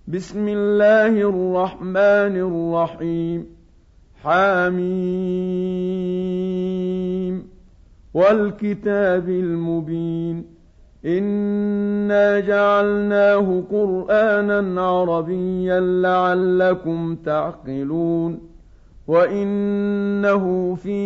بسم الله الرحمن الرحيم حميم والكتاب المبين إنا جعلناه قرآنا عربيا لعلكم تعقلون وإنه في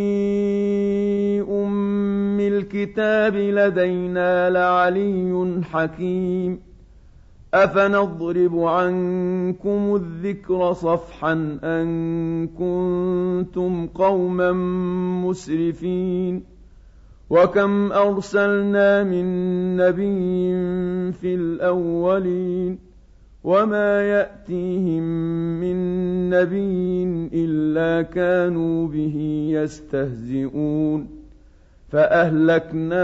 أم الكتاب لدينا لعلي حكيم أفنضرب عنكم الذكر صفحا أن كنتم قوما مسرفين وكم أرسلنا من نبي في الأولين وما يأتيهم من نبي إلا كانوا به يستهزئون فأهلكنا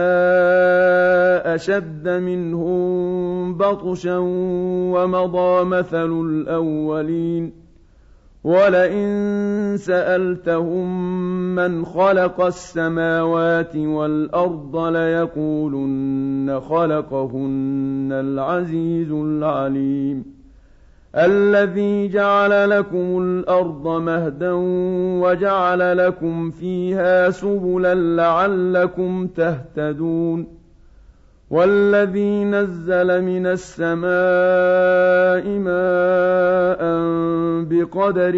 أشد منهم بطشا ومضى مثل الأولين ولئن سألتهم من خلق السماوات والأرض ليقولن خلقهن العزيز العليم الذي جعل لكم الأرض مهدا وجعل لكم فيها سبلا لعلكم تهتدون والذي نزل من السماء ماء بقدر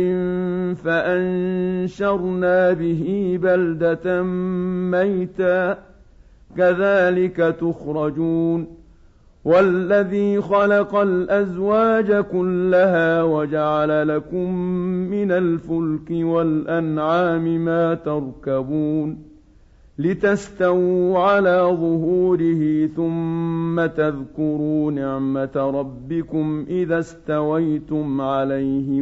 فأنشرنا به بلدة ميتا كذلك تخرجون والذي خلق الأزواج كلها وجعل لكم من الفلك والأنعام ما تركبون لتستووا على ظهوره ثم تذكروا نعمة ربكم إذا استويتم عليه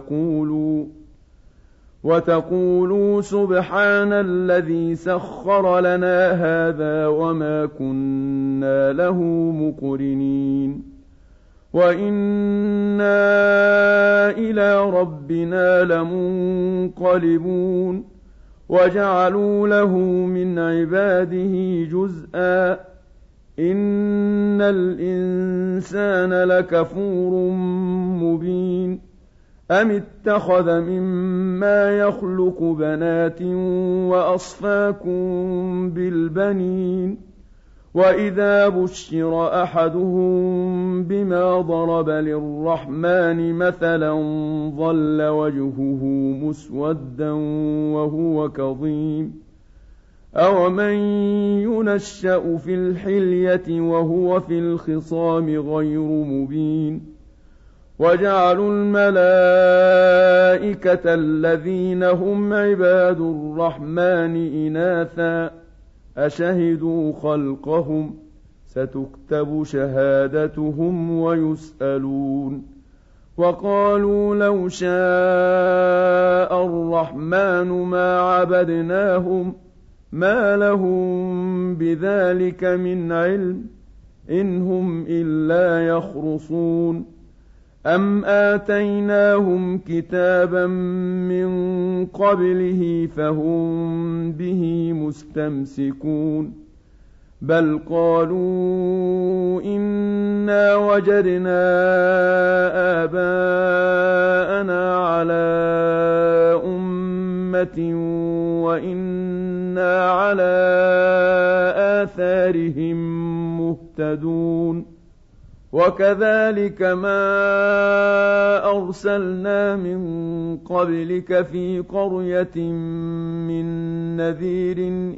وتقولوا سبحان الذي سخر لنا هذا وما كنا له مقرنين وإنا إلى ربنا لمنقلبون وجعلوا له من عباده جزءا إن الإنسان لكفور مبين أم اتخذ مما يخلق بنات وأصفاكم بالبنين وإذا بشر أحدهم بما ضرب للرحمن مثلا ظل وجهه مسودا وهو كظيم أومن ينشأ في الحلية وهو في الخصام غير مبين وجعلوا الملائكة الذين هم عباد الرحمن إناثا أشهدوا خلقهم ستكتب شهادتهم ويسألون وقالوا لو شاء الرحمن ما عبدناهم ما لهم بذلك من علم إن هم إلا يخرصون أم آتيناهم كتابا من قبله فهم به مستمسكون بل قالوا إنا وجدنا آباءنا على أمة وإنا على آثارهم مهتدون وكذلك ما أرسلنا من قبلك في قرية من نذير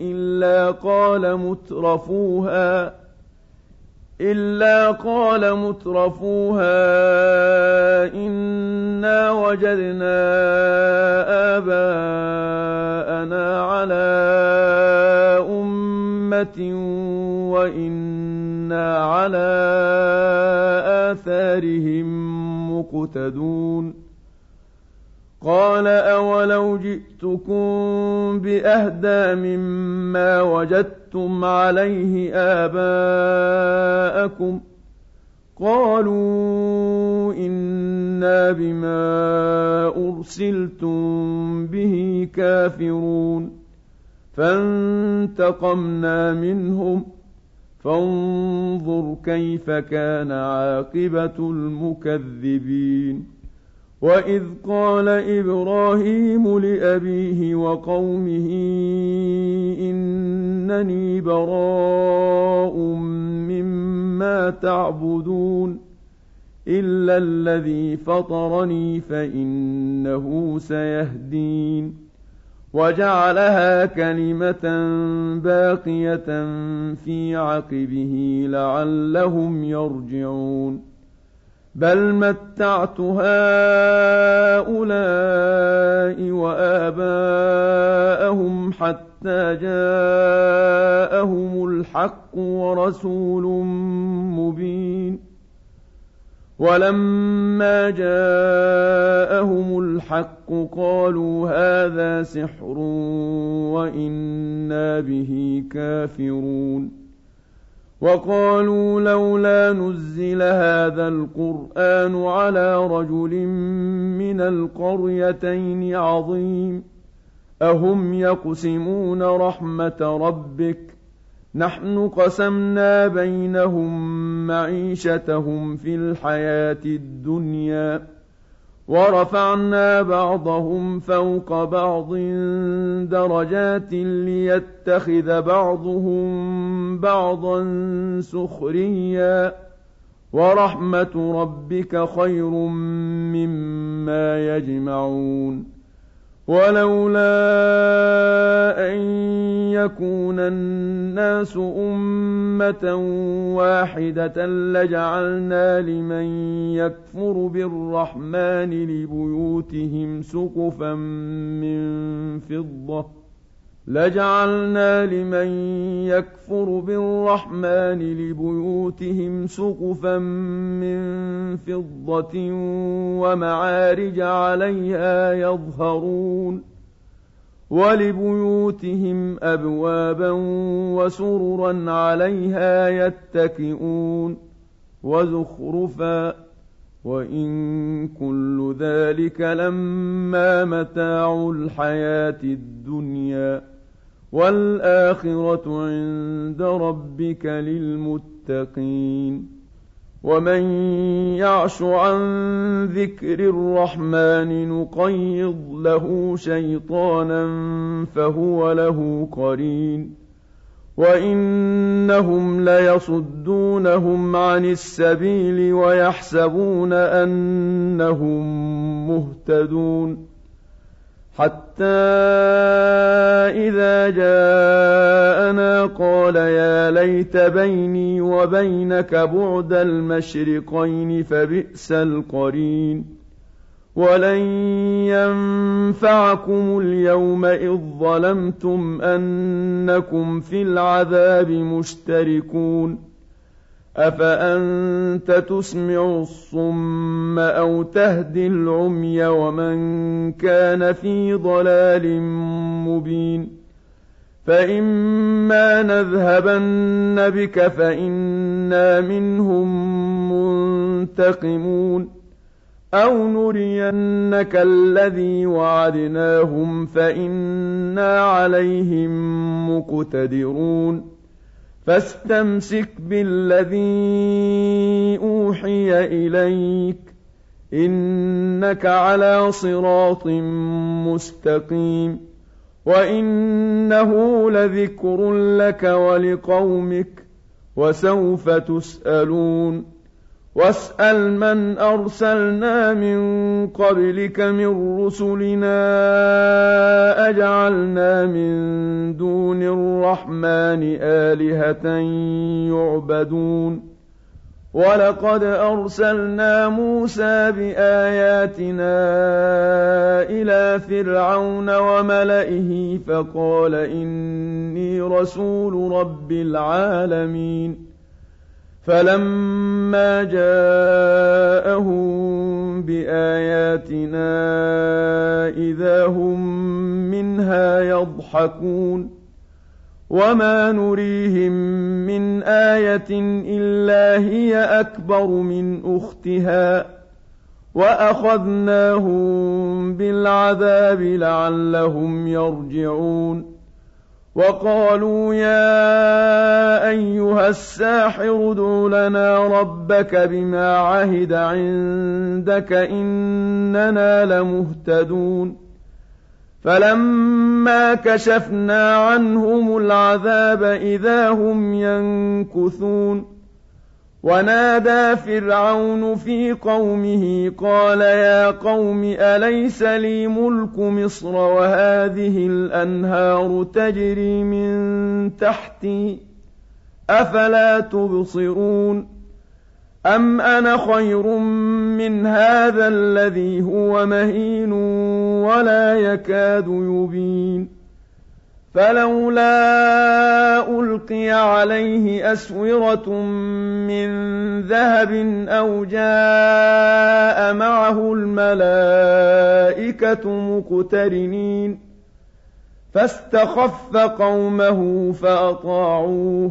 إلا قال مترفوها إنا وجدنا آباءنا على أمة وإنا على آثارهم مقتدون قال أولو جئتكم بأهدى مما وجدتم عليه آباءكم قالوا إنا بما أرسلتم به كافرون فانتقمنا منهم فانظر كيف كان عاقبة المكذبين وإذ قال إبراهيم لأبيه وقومه إنني براء مما تعبدون إلا الذي فطرني فإنه سيهدين وجعلها كلمة باقية في عقبه لعلهم يرجعون بل متعت هؤلاء وآباءهم حتى جاءهم الحق ورسول مبين ولما جاءهم الحق قالوا هذا سحر وإنا به كافرون وقالوا لولا نزل هذا القرآن على رجل من القريتين عظيم أهم يقسمون رحمة ربك نحن قسمنا بينهم معيشتهم في الحياة الدنيا ورفعنا بعضهم فوق بعض درجات ليتخذ بعضهم بعضا سخريا ورحمة ربك خير مما يجمعون ولولا أن يكون الناس أمة واحدة لجعلنا لمن يكفر بالرحمن لبيوتهم سقفا من فضة ومعارج عليها يظهرون ولبيوتهم أبوابا وسررا عليها يتكئون وزخرفا وإن كل ذلك لما متاع الحياة الدنيا والآخرة عند ربك للمتقين ومن يعش عن ذكر الرحمن نقيض له شيطانا فهو له قرين وإنهم ليصدونهم عن السبيل ويحسبون أنهم مهتدون حتى إذا جاءنا قال يا ليت بيني وبينك بعد المشرقين فبئس القرين ولن ينفعكم اليوم إذ ظلمتم أنكم في العذاب مشتركون أفأنت تسمع الصم أو تهدي العمي ومن كان في ضلال مبين فإما نذهبن بك فإنا منهم منتقمون أو نرينك الذي وعدناهم فإنا عليهم مقتدرون فاستمسك بالذي أوحي إليك إنك على صراط مستقيم وإنه لذكر لك ولقومك وسوف تسألون واسأل من أرسلنا من قبلك من رسلنا أجعلنا من دون الرحمن آلهة يعبدون ولقد أرسلنا موسى بآياتنا إلى فرعون وملئه فقال إني رسول رب العالمين فلما جاءهم بآياتنا إذا هم منها يضحكون وما نريهم من آية إلا هي أكبر من أختها وأخذناهم بالعذاب لعلهم يرجعون وقالوا يا أيها الساحر ادع لنا ربك بما عهد عندك إننا لمهتدون فلما كشفنا عنهم العذاب إذا هم ينكثون ونادى فرعون في قومه قال يا قوم أليس لي ملك مصر وهذه الأنهار تجري من تحتي أفلا تبصرون أم أنا خير من هذا الذي هو مهين ولا يكاد يبين فلولا ألقي عليه أسورة من ذهب أو جاء معه الملائكة مقترنين فاستخف قومه فأطاعوه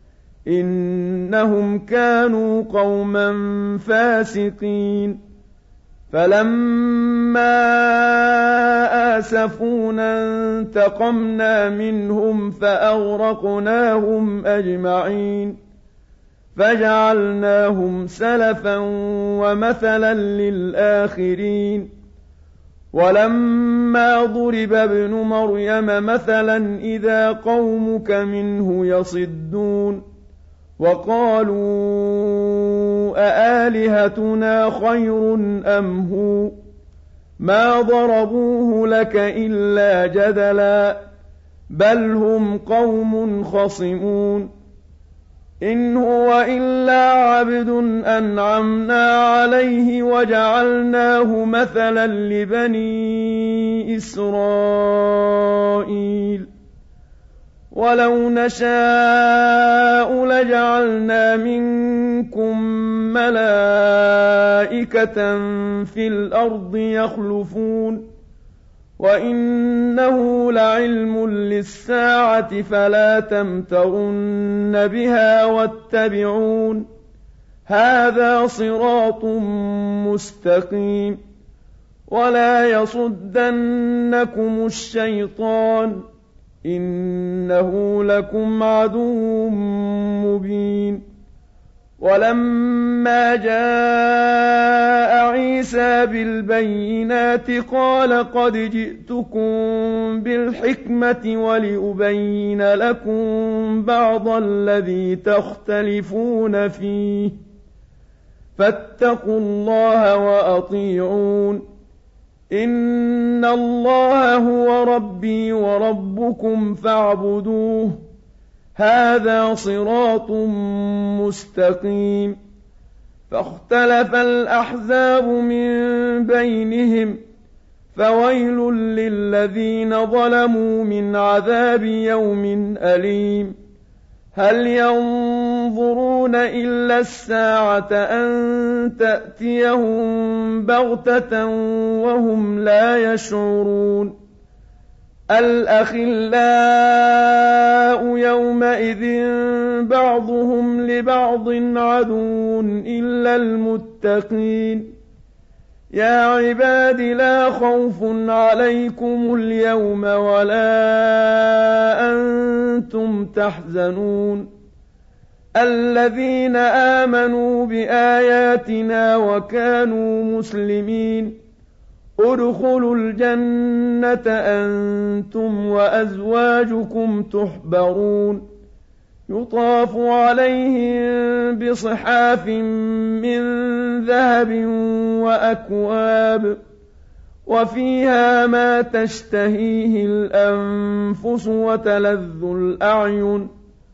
إنهم كانوا قوما فاسقين فلما آسفونا انتقمنا منهم فأغرقناهم أجمعين فجعلناهم سلفا ومثلا للآخرين ولما ضرب ابن مريم مثلا إذا قومك منه يصدون وقالوا أآلهتنا خير أم هو ما ضربوه لك إلا جدلا بل هم قوم خصمون إن هو إلا عبد أنعمنا عليه وجعلناه مثلا لبني إسرائيل ولو نشاء لجعلنا منكم ملائكة في الأرض يخلفون وإنه لعلم للساعة فلا تمترن بها واتبعون هذا صراط مستقيم ولا يصدنكم الشيطان إنه لكم عدو مبين ولما جاء عيسى بالبينات قال قد جئتكم بالحكمة ولأبين لكم بعض الذي تختلفون فيه فاتقوا الله وأطيعون إن الله هو ربي وربكم فاعبدوه هذا صراط مستقيم فاختلف الأحزاب من بينهم فويل للذين ظلموا من عذاب يوم أليم هل ينظرون إلا الساعة أن تأتيهم بغتة وهم لا يشعرون الأخلاء يومئذ بعضهم لبعض عدو إلا المتقين يا عباد لا خوف عليكم اليوم ولا أنتم تحزنون الذين آمنوا بآياتنا وكانوا مسلمين ادخلوا الجنة أنتم وأزواجكم تحبرون يطاف عليهم بصحاف من ذهب وأكواب وفيها ما تشتهيه الأنفس وتلذ الأعين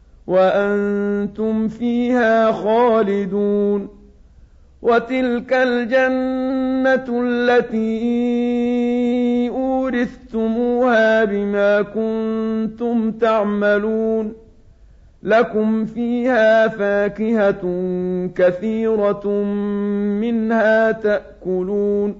وأنتم فيها خالدون وتلك الجنة التي أورثتموها بما كنتم تعملون لكم فيها فاكهة كثيرة منها تأكلون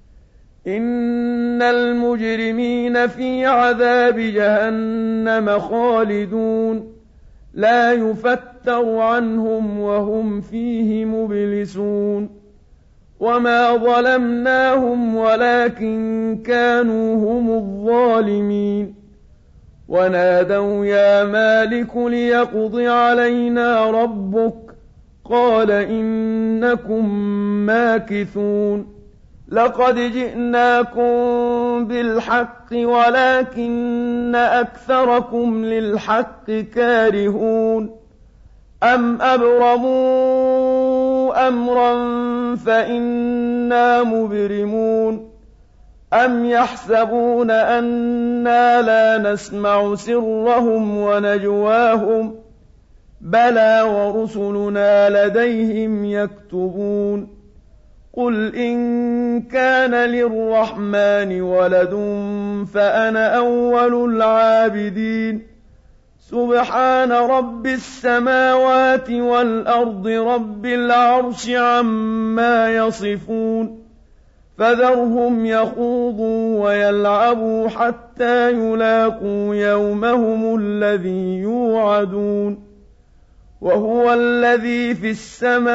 إن المجرمين في عذاب جهنم خالدون لا يفتر عنهم وهم فيه مبلسون وما ظلمناهم ولكن كانوا هم الظالمين ونادوا يا مالك ليقض علينا ربك قال إنكم ماكثون لقد جئناكم بالحق ولكن أكثركم للحق كارهون أم أبرموا أمرا فإنا مبرمون أم يحسبون أنا لا نسمع سرهم ونجواهم بلى ورسلنا لديهم يكتبون قل إن كان للرحمن ولد فأنا أول العابدين سبحان رب السماوات والأرض رب العرش عما يصفون فذرهم يخوضوا ويلعبوا حتى يلاقوا يومهم الذي يوعدون وهو الذي في السماء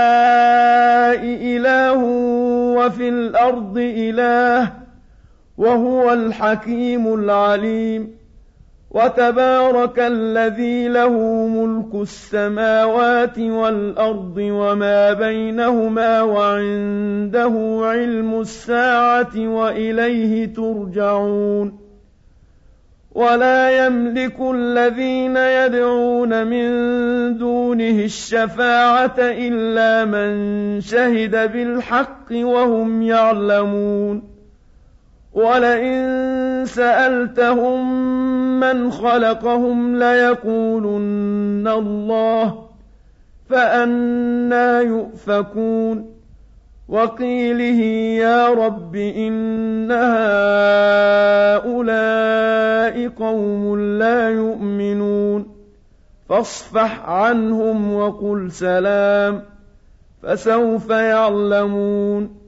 إله وفي الأرض إله وهو الحكيم العليم وتبارك الذي له ملك السماوات والأرض وما بينهما وعنده علم الساعة وإليه ترجعون ولا يملك الذين يدعون من دونه الشفاعة إلا من شهد بالحق وهم يعلمون ولئن سألتهم من خلقهم ليقولن الله فأنى يؤفكون وقيله يا رب إن هؤلاء قوم لا يؤمنون فاصفح عنهم وقل سلام فسوف يعلمون